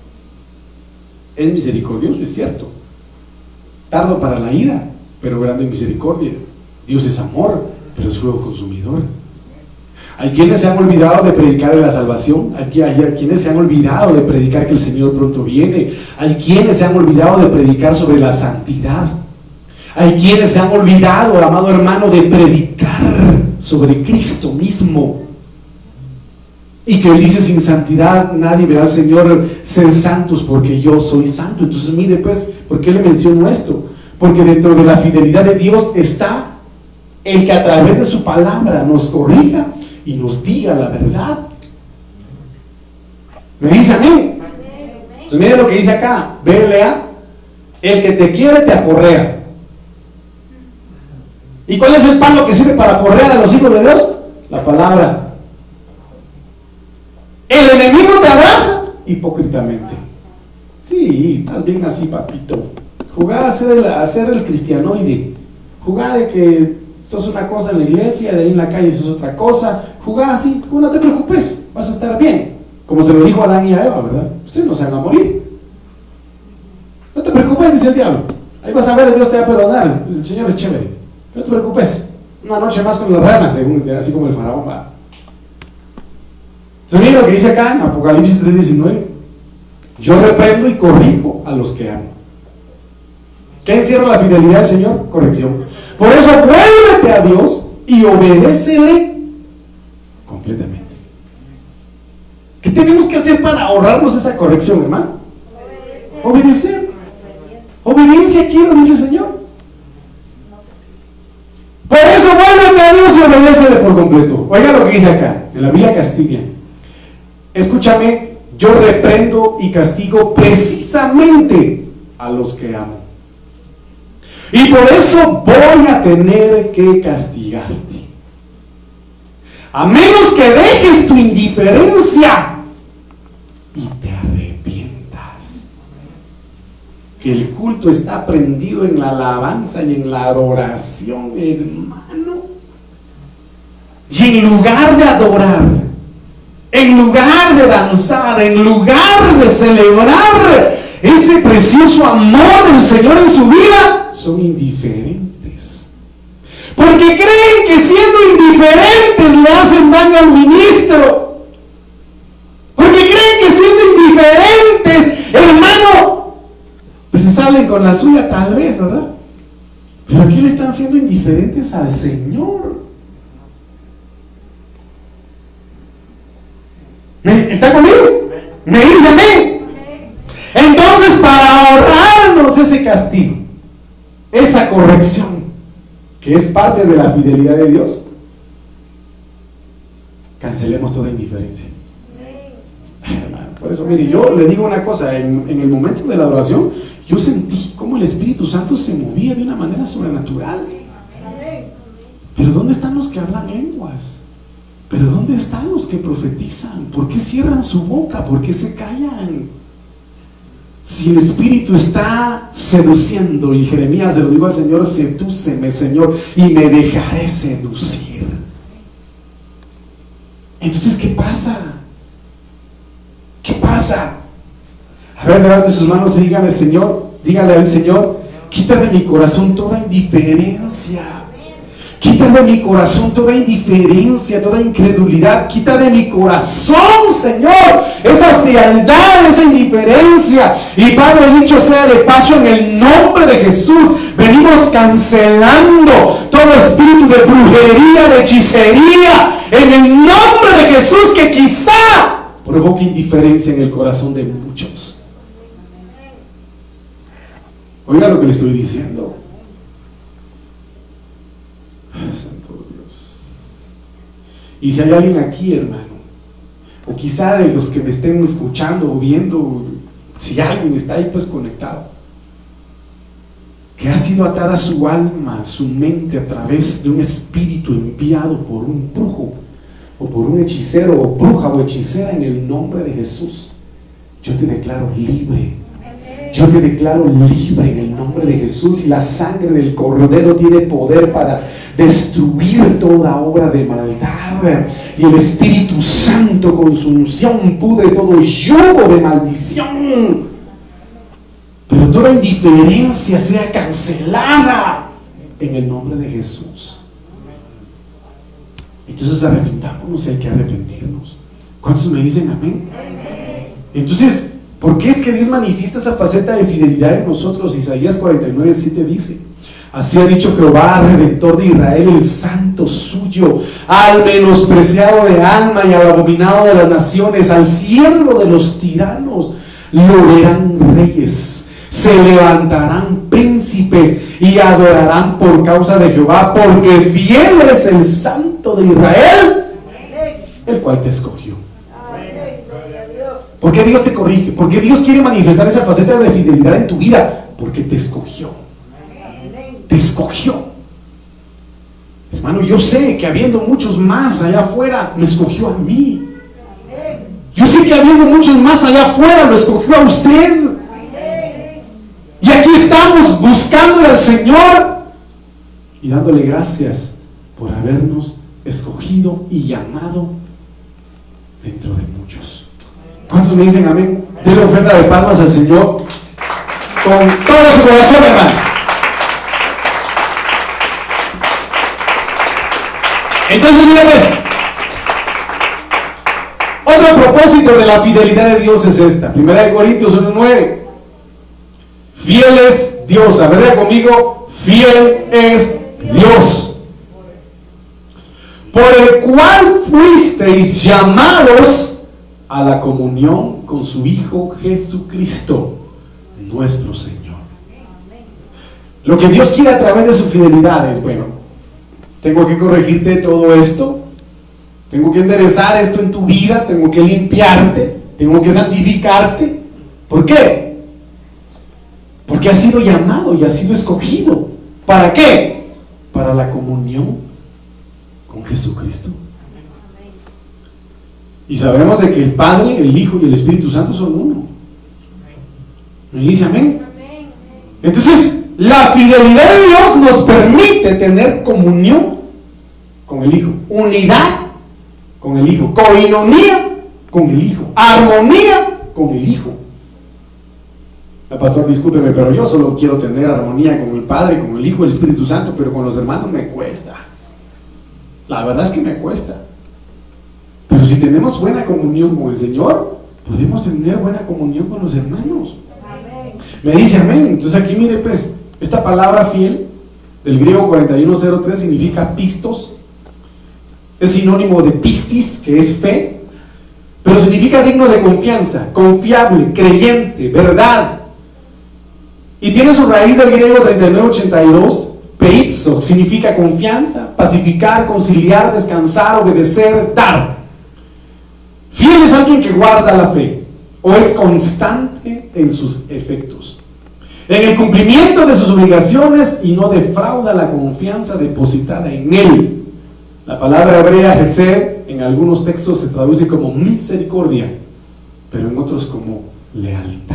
Es misericordioso, es cierto, tardo para la ira, pero grande en misericordia. Dios es amor, pero es fuego consumidor. Hay quienes se han olvidado de predicar de la salvación, hay quienes se han olvidado de predicar que el Señor pronto viene, hay quienes se han olvidado de predicar sobre la santidad, hay quienes se han olvidado, amado hermano, de predicar sobre Cristo mismo, y que Él dice: sin santidad nadie verá al Señor, sed santos porque yo soy santo. Entonces mire pues, ¿por qué le menciono esto? Porque dentro de la fidelidad de Dios está el que a través de su palabra nos corrija y nos diga la verdad. ¿Me dice amén? Entonces mire lo que dice acá, lea: el que te quiere te aporrea. ¿Y cuál es el palo que sirve para aporrear a los hijos de Dios? La palabra. El enemigo te abraza hipócritamente. Sí, estás bien así, papito. Jugá a ser el cristianoide, jugá de que Esto es una cosa en la iglesia, de ahí en la calle eso es otra cosa. Jugá así, no te preocupes, vas a estar bien. Como se lo dijo a Adán y a Eva, ¿verdad? Ustedes no se van a morir. No te preocupes, dice el diablo. Ahí vas a ver, Dios te va a perdonar. El Señor es chévere. No te preocupes. Una noche más con las ranas, así como el faraón va. ¿Se miren lo que dice acá en Apocalipsis 3:19? Yo reprendo y corrijo a los que amo. ¿Qué encierra la fidelidad del Señor? Corrección. Por eso vuélvete a Dios y obedécele completamente. ¿Qué tenemos que hacer para ahorrarnos esa corrección, hermano? Obedecer. Obediencia quiero, dice el Señor. Por eso vuélvete a Dios y obedécele por completo. Oiga lo que dice acá, en la Biblia Castilla. Escúchame, yo reprendo y castigo precisamente a los que amo. Y por eso voy a tener que castigarte. A menos que dejes tu indiferencia y te arrepientas. Que el culto está prendido en la alabanza y en la adoración, hermano. Y en lugar de adorar, en lugar de danzar, en lugar de celebrar ese precioso amor del Señor en su vida, son indiferentes. Porque creen que siendo indiferentes le hacen daño al ministro. Porque creen que siendo indiferentes, hermano, pues se salen con la suya tal vez, ¿verdad? Pero aquí le están siendo indiferentes al Señor. ¿Está conmigo? ¿Me dice amén? Entonces, para ahorrarnos ese castigo, esa corrección, que es parte de la fidelidad de Dios, cancelemos toda indiferencia. Por eso, mire, yo le digo una cosa, en el momento de la adoración, yo sentí como el Espíritu Santo se movía de una manera sobrenatural. Pero ¿dónde están los que hablan lenguas? ¿Pero dónde están los que profetizan? ¿Por qué cierran su boca? ¿Por qué se callan? Si el Espíritu está seduciendo, y Jeremías se lo dijo al Señor, sedúceme, Señor, y me dejaré seducir. Entonces, ¿qué pasa? ¿Qué pasa? A ver, levante sus manos y dígale al Señor, quita de mi corazón toda indiferencia. Quita de mi corazón toda indiferencia, toda incredulidad. Quita de mi corazón, Señor, esa frialdad, esa indiferencia. Y Padre, dicho sea de paso, en el nombre de Jesús, venimos cancelando todo espíritu de brujería, de hechicería, en el nombre de Jesús, que quizá provoque indiferencia en el corazón de muchos. Oiga lo que le estoy diciendo. Santo Dios. Y si hay alguien aquí, hermano, o quizá de los que me estén escuchando o viendo, si alguien está ahí pues conectado, que ha sido atada su alma, su mente, a través de un espíritu enviado por un brujo o por un hechicero o bruja o hechicera, en el nombre de Jesús, yo te declaro libre. Yo te declaro libre en el nombre de Jesús, y la sangre del Cordero tiene poder para destruir toda obra de maldad, y el Espíritu Santo con su unción pudre todo yugo de maldición. Pero toda indiferencia sea cancelada en el nombre de Jesús. Entonces arrepintámonos, hay que arrepentirnos. ¿Cuántos me dicen amén? Entonces, ¿por qué es que Dios manifiesta esa faceta de fidelidad en nosotros? Isaías 49:7 dice: así ha dicho Jehová, Redentor de Israel, el santo suyo, al menospreciado de alma y al abominado de las naciones, al siervo de los tiranos, lo verán reyes, se levantarán príncipes y adorarán por causa de Jehová, porque fiel es el santo de Israel, el cual te escogió. ¿Por qué Dios te corrige? ¿Por qué Dios quiere manifestar esa faceta de fidelidad en tu vida? Porque te escogió. Te escogió. Hermano, yo sé que habiendo muchos más allá afuera, me escogió a mí. Yo sé que habiendo muchos más allá afuera, lo escogió a usted. Y aquí estamos buscándole al Señor y dándole gracias por habernos escogido y llamado dentro de muchos. ¿Cuántos me dicen amén? Denle ofrenda de palmas al Señor con todo su corazón, hermano. Entonces, mira pues, otro propósito de la fidelidad de Dios es esta. 1 Corintios 1:9. Fiel es Dios. A ver, conmigo, fiel es Dios, por el cual fuisteis llamados a la comunión con su Hijo Jesucristo, nuestro Señor. Lo que Dios quiere a través de su fidelidad es, bueno, tengo que corregirte todo esto, tengo que enderezar esto en tu vida, tengo que limpiarte, tengo que santificarte. ¿Por qué? Porque has sido llamado y has sido escogido. ¿Para qué? Para la comunión con Jesucristo. Y sabemos de que el Padre, el Hijo y el Espíritu Santo son uno. ¿Me dice amén? Entonces, la fidelidad de Dios nos permite tener comunión con el Hijo, unidad con el Hijo, coinonía con el Hijo, armonía con el Hijo. Pastor, discúlpeme, pero yo solo quiero tener armonía con el Padre, con el Hijo y el Espíritu Santo, pero con los hermanos me cuesta. La verdad es que me cuesta. Pero si tenemos buena comunión con el Señor, podemos tener buena comunión con los hermanos. Amén. Me dice amén. Entonces aquí mire pues, esta palabra fiel, del griego 4103, significa pistos. Es sinónimo de pistis, que es fe, pero significa digno de confianza, confiable, creyente, verdad. Y tiene su raíz del griego 3982, peitzo, significa confianza, pacificar, conciliar, descansar, obedecer, dar. Fiel es alguien que guarda la fe o es constante en sus efectos, en el cumplimiento de sus obligaciones, y no defrauda la confianza depositada en él. La palabra hebrea hesed en algunos textos se traduce como misericordia, pero en otros como lealtad.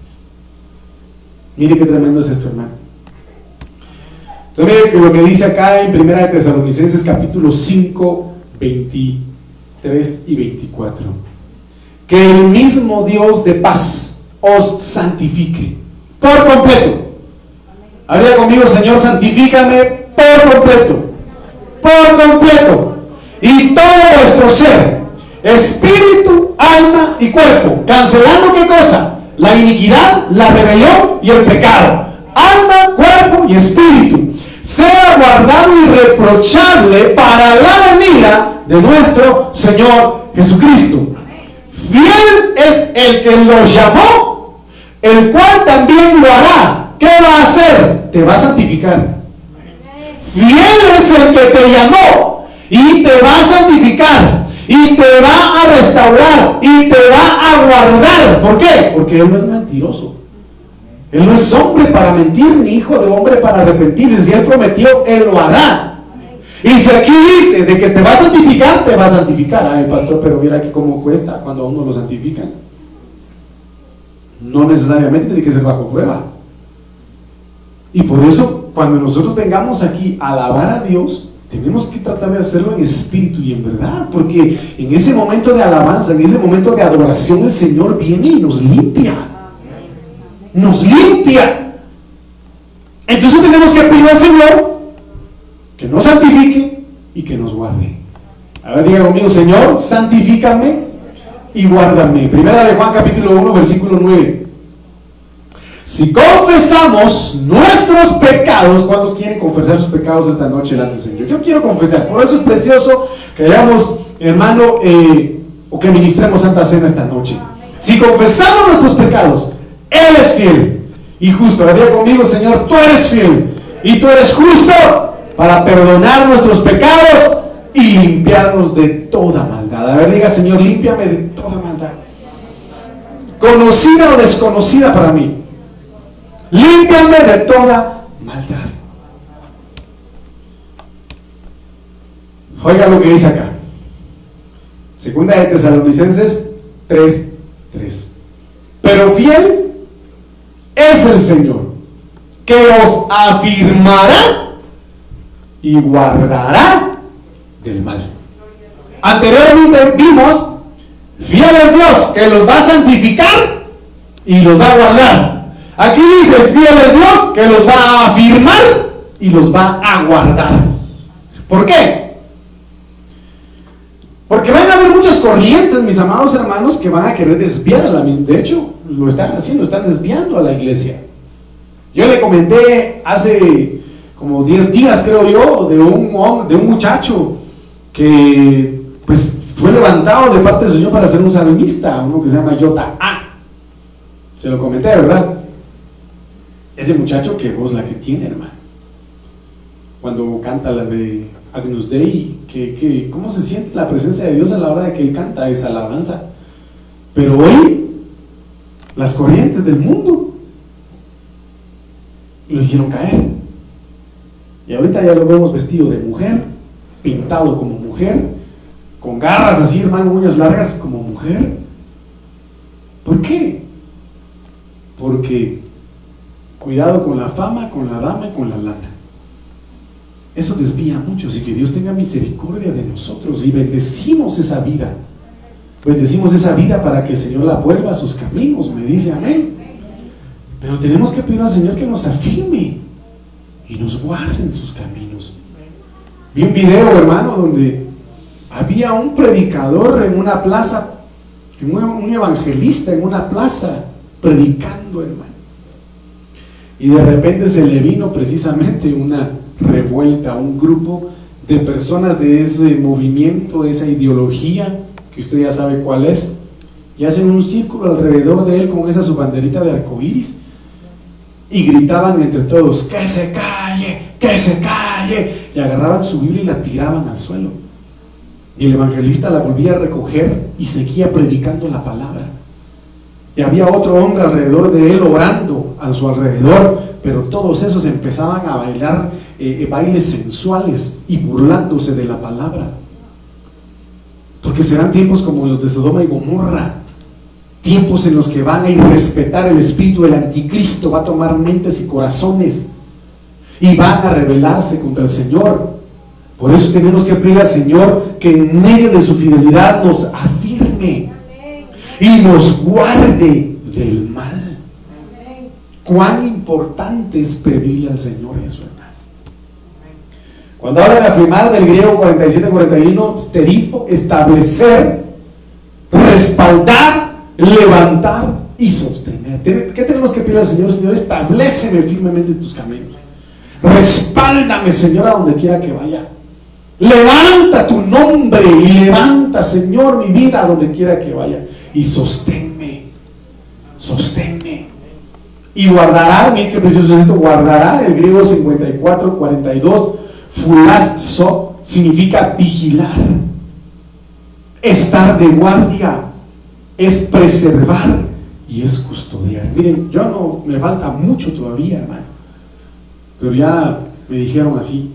Mire qué tremendo es esto, hermano. Entonces mire que lo que dice acá en 1 Tesalonicenses capítulo 5, 23 y 24. Que el mismo Dios de paz os santifique por completo. Habla conmigo, Señor, santifícame por completo. Por completo. Y todo vuestro ser, espíritu, alma y cuerpo, cancelando ¿qué cosa? La iniquidad, la rebelión y el pecado. Alma, cuerpo y espíritu sea guardado irreprochable para la venida de nuestro Señor Jesucristo. Fiel es el que lo llamó, el cual también lo hará. ¿Qué va a hacer? Te va a santificar. Fiel es el que te llamó y te va a santificar, y te va a restaurar, y te va a guardar. ¿Por qué? Porque Él no es mentiroso. Él no es hombre para mentir, ni hijo de hombre para arrepentirse. Si Él prometió, Él lo hará. Y si aquí dice de que te va a santificar, te va a santificar. Ay, pastor, pero mira que cómo cuesta cuando a uno lo santifican. No necesariamente tiene que ser bajo prueba. Y por eso, cuando nosotros vengamos aquí a alabar a Dios, tenemos que tratar de hacerlo en espíritu y en verdad, porque en ese momento de alabanza, en ese momento de adoración, el Señor viene y nos limpia. Nos limpia. Entonces tenemos que pedir al Señor que nos santifique y que nos guarde. A ver, diga conmigo, Señor, santifícame y guárdame. Primera de Juan capítulo 1, versículo 9. Si confesamos nuestros pecados, ¿cuántos quieren confesar sus pecados esta noche delante del Señor? Yo quiero confesar. Por eso es precioso que hayamos, hermano, o que ministremos Santa Cena esta noche. Si confesamos nuestros pecados, Él es fiel y justo. Ahora diga conmigo, Señor, tú eres fiel y tú eres justo para perdonar nuestros pecados y limpiarnos de toda maldad. A ver, diga, Señor, límpiame de toda maldad, conocida o desconocida para mí. Límpiame de toda maldad. Oiga lo que dice acá. Segunda de Tesalonicenses 3:3. Pero fiel es el Señor, que os afirmará y guardará del mal. Anteriormente vimos, fiel es Dios que los va a santificar y los va a guardar. Aquí dice, fiel es Dios que los va a afirmar y los va a guardar. ¿Por qué? Porque van a haber muchas corrientes, mis amados hermanos, que van a querer desviar a la misma. De hecho, lo están haciendo, están desviando a la iglesia. Yo le comenté hace como 10 días, creo yo, de un muchacho que pues fue levantado de parte del Señor para ser un salmista, uno que se llama Jota A. Se lo comenté, ¿verdad? Ese muchacho, qué voz la que tiene, hermano. Cuando canta la de Agnus Dei, ¿cómo se siente la presencia de Dios a la hora de que él canta esa alabanza? Pero hoy, las corrientes del mundo lo hicieron caer. Y ahorita ya lo vemos vestido de mujer, pintado como mujer, con garras así, hermano, uñas largas como mujer. ¿Por qué? Porque cuidado con la fama, con la dama y con la lana. Eso desvía mucho, así que Dios tenga misericordia de nosotros y bendecimos esa vida. Bendecimos esa vida para que el Señor la vuelva a sus caminos, me dice amén. Pero tenemos que pedir al Señor que nos afirme y nos guarde en sus caminos. Vi un video, hermano, donde había un predicador en una plaza, un evangelista en una plaza, predicando, hermano. Y de repente se le vino precisamente una revuelta, un grupo de personas de ese movimiento, de esa ideología, que usted ya sabe cuál es, y hacen un círculo alrededor de él con esa su banderita de arcoíris, y gritaban entre todos, ¡que se calle! ¡Que se calle! Y agarraban su Biblia y la tiraban al suelo. Y el evangelista la volvía a recoger y seguía predicando la palabra. Y había otro hombre alrededor de él orando a su alrededor, pero todos esos empezaban a bailar bailes sensuales y burlándose de la palabra. Porque serán tiempos como los de Sodoma y Gomorra, tiempos en los que van a irrespetar el espíritu del anticristo, va a tomar mentes y corazones y van a rebelarse contra el Señor. Por eso tenemos que pedir al Señor que en medio de su fidelidad nos afirme y nos guarde del mal. Cuán importante es pedirle al Señor eso, hermano. Cuando habla de afirmar, del griego 47-41, sterifo, establecer, respaldar, levantar y sostener. ¿Qué tenemos que pedir al Señor? Señor, establéceme firmemente en tus caminos. Respáldame, Señor, a donde quiera que vaya. Levanta tu nombre y levanta, Señor, mi vida a donde quiera que vaya. Y sosténme, sosténme. Y guardará, miren qué precioso es esto, guardará, el griego 54-42, fulazo, significa vigilar, estar de guardia, es preservar y es custodiar. Miren, yo no, me falta mucho todavía, hermano, pero ya me dijeron así.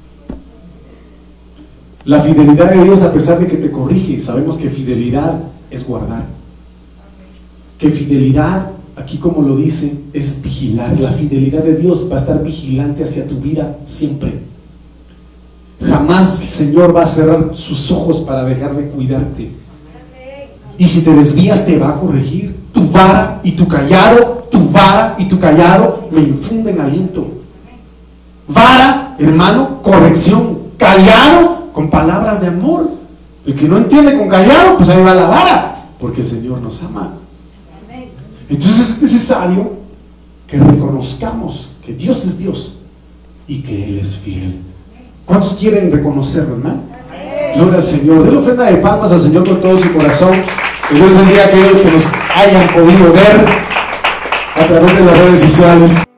La fidelidad de Dios, a pesar de que te corrige, sabemos que fidelidad es guardar, que fidelidad, aquí como lo dice, es vigilar. La fidelidad de Dios va a estar vigilante hacia tu vida siempre. Jamás el Señor va a cerrar sus ojos para dejar de cuidarte. Y si te desvías, te va a corregir. Tu vara y tu callado, tu vara y tu callado me infunden aliento. Vara, hermano, corrección. Callado, con palabras de amor. El que no entiende con callado, pues ahí va la vara, porque el Señor nos ama. Entonces es necesario que reconozcamos que Dios es Dios y que Él es fiel. ¿Cuántos quieren reconocerlo, hermano? Gloria al Señor. Den ofrenda de palmas al Señor con todo su corazón. Que Dios bendiga a aquellos que nos hayan podido ver a través de las redes sociales.